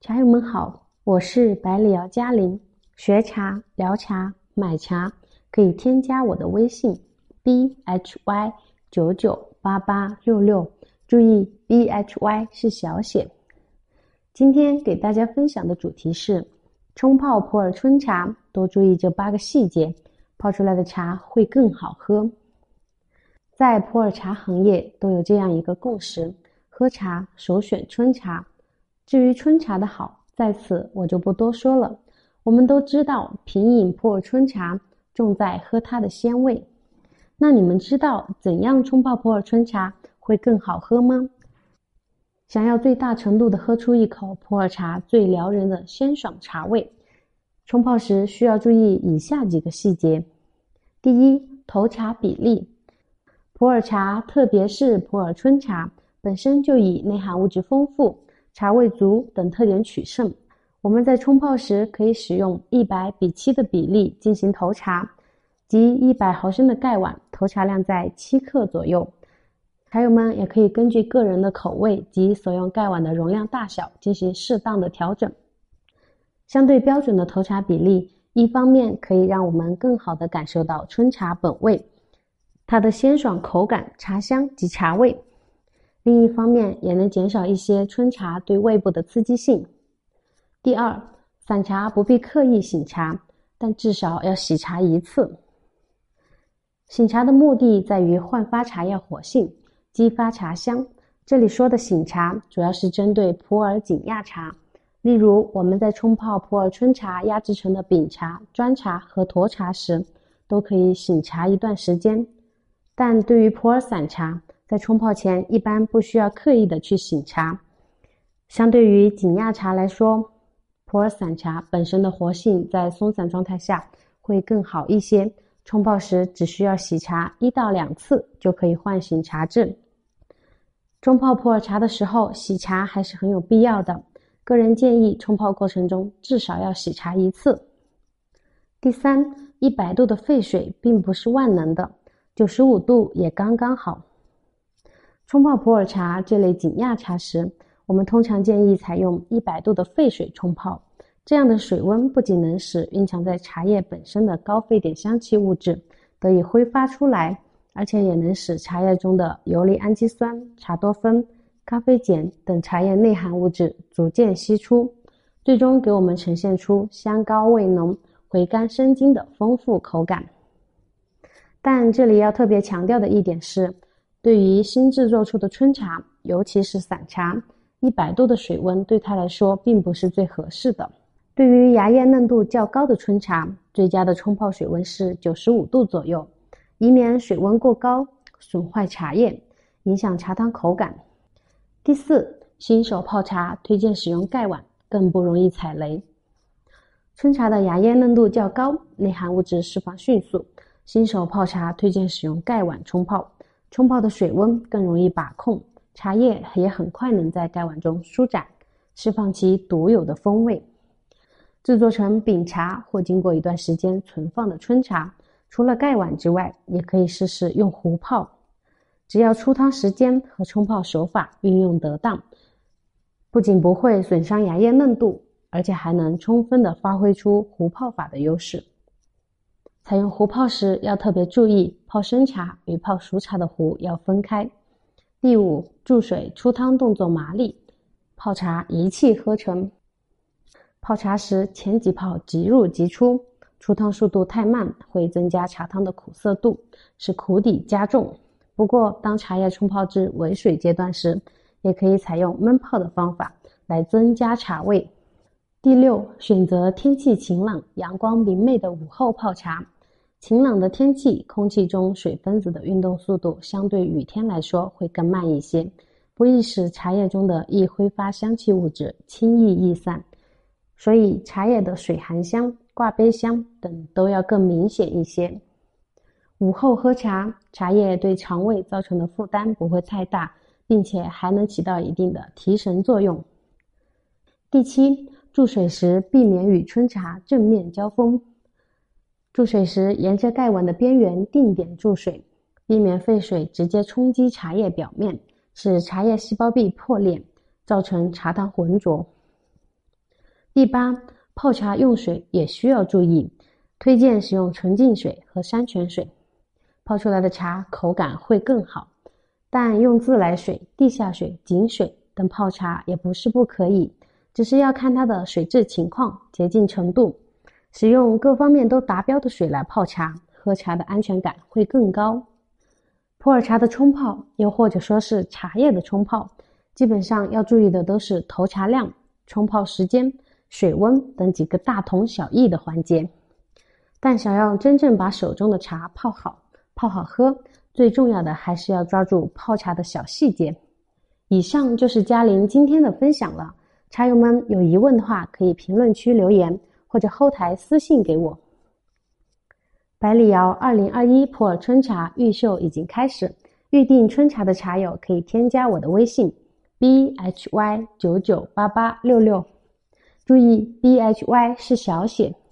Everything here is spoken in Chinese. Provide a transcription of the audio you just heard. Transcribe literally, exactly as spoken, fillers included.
茶友们好，我是百里瑶嘉玲。学茶、聊茶、买茶可以添加我的微信 b h y 九九八八六六，注意 b h y 是小写。今天给大家分享的主题是冲泡普洱春茶，多注意这八个细节，泡出来的茶会更好喝。在普洱茶行业都有这样一个共识，喝茶首选春茶。至于春茶的好，在此我就不多说了。我们都知道品饮普洱春茶重在喝它的鲜味。那你们知道怎样冲泡普洱春茶会更好喝吗？想要最大程度地喝出一口普洱茶最撩人的鲜爽茶味，冲泡时需要注意以下几个细节。第一，投茶比例。普洱茶，特别是普洱春茶，本身就以内含物质丰富、茶味足等特点取胜。我们在冲泡时可以使用一百比七的比例进行投茶，即一百毫升的盖碗，投茶量在七克左右。茶友们也可以根据个人的口味及所用盖碗的容量大小进行适当的调整。相对标准的投茶比例，一方面可以让我们更好地感受到春茶本味，它的鲜爽口感、茶香及茶味。另一方面也能减少一些春茶对胃部的刺激性。第二，散茶不必刻意醒茶，但至少要洗茶一次。醒茶的目的在于焕发茶叶活性，激发茶香。这里说的醒茶主要是针对普洱紧压茶，例如我们在冲泡普洱春茶压制成的饼茶、砖茶和沱茶时，都可以醒茶一段时间。但对于普洱散茶，在冲泡前一般不需要刻意的去醒茶。相对于紧压茶来说，普洱散茶本身的活性在松散状态下会更好一些，冲泡时只需要洗茶一到两次就可以唤醒茶质。冲泡普洱茶的时候，洗茶还是很有必要的，个人建议冲泡过程中至少要洗茶一次。第三，一百度的沸水并不是万能的，九十五度也刚刚好。冲泡普洱茶这类紧压茶时，我们通常建议采用一百度的沸水冲泡，这样的水温不仅能使蕴藏在茶叶本身的高沸点香气物质得以挥发出来，而且也能使茶叶中的游离氨基酸、茶多酚、咖啡碱等茶叶内含物质逐渐析出，最终给我们呈现出香高味浓、回甘生津的丰富口感。但这里要特别强调的一点是，对于新制作出的春茶，尤其是散茶，一百度的水温对它来说并不是最合适的。对于芽叶嫩度较高的春茶，最佳的冲泡水温是九十五度左右，以免水温过高损坏茶叶，影响茶汤口感。第四，新手泡茶推荐使用盖碗，更不容易踩雷。春茶的芽叶嫩度较高，内含物质释放迅速，新手泡茶推荐使用盖碗冲泡，冲泡的水温更容易把控，茶叶也很快能在盖碗中舒展，释放其独有的风味。制作成饼茶或经过一段时间存放的春茶，除了盖碗之外，也可以试试用壶泡。只要出汤时间和冲泡手法运用得当，不仅不会损伤芽叶嫩度，而且还能充分地发挥出壶泡法的优势。采用壶泡时要特别注意，泡生茶与泡熟茶的壶要分开。第五，注水出汤动作麻利，泡茶一气呵成。泡茶时前几泡即入即出，出汤速度太慢会增加茶汤的苦涩度，使苦底加重。不过当茶叶冲泡至尾水阶段时，也可以采用焖泡的方法来增加茶味。第六，选择天气晴朗、阳光明媚的午后泡茶。晴朗的天气，空气中水分子的运动速度相对雨天来说会更慢一些，不易使茶叶中的易挥发香气物质轻易逸散，所以茶叶的水含香、挂杯香等都要更明显一些。午后喝茶，茶叶对肠胃造成的负担不会太大，并且还能起到一定的提神作用。第七，注水时避免与春茶正面交锋。注水时沿着盖碗的边缘定点注水，避免沸水直接冲击茶叶表面，使茶叶细胞壁破裂，造成茶汤浑浊。 第八，泡茶用水也需要注意，推荐使用纯净水和山泉水，泡出来的茶口感会更好。但用自来水、地下水、井水等泡茶也不是不可以，只是要看它的水质情况、洁净程度。使用各方面都达标的水来泡茶，喝茶的安全感会更高。普洱茶的冲泡，又或者说是茶叶的冲泡，基本上要注意的都是投茶量、冲泡时间、水温等几个大同小异的环节。但想要真正把手中的茶泡好、泡好喝，最重要的还是要抓住泡茶的小细节。以上就是嘉玲今天的分享了，茶友们有疑问的话，可以评论区留言，或者后台私信给我。百里瑶二零二一普洱春茶预售已经开始，预订春茶的茶友可以添加我的微信 B H Y 九九八八六六，注意 B H Y 是小写。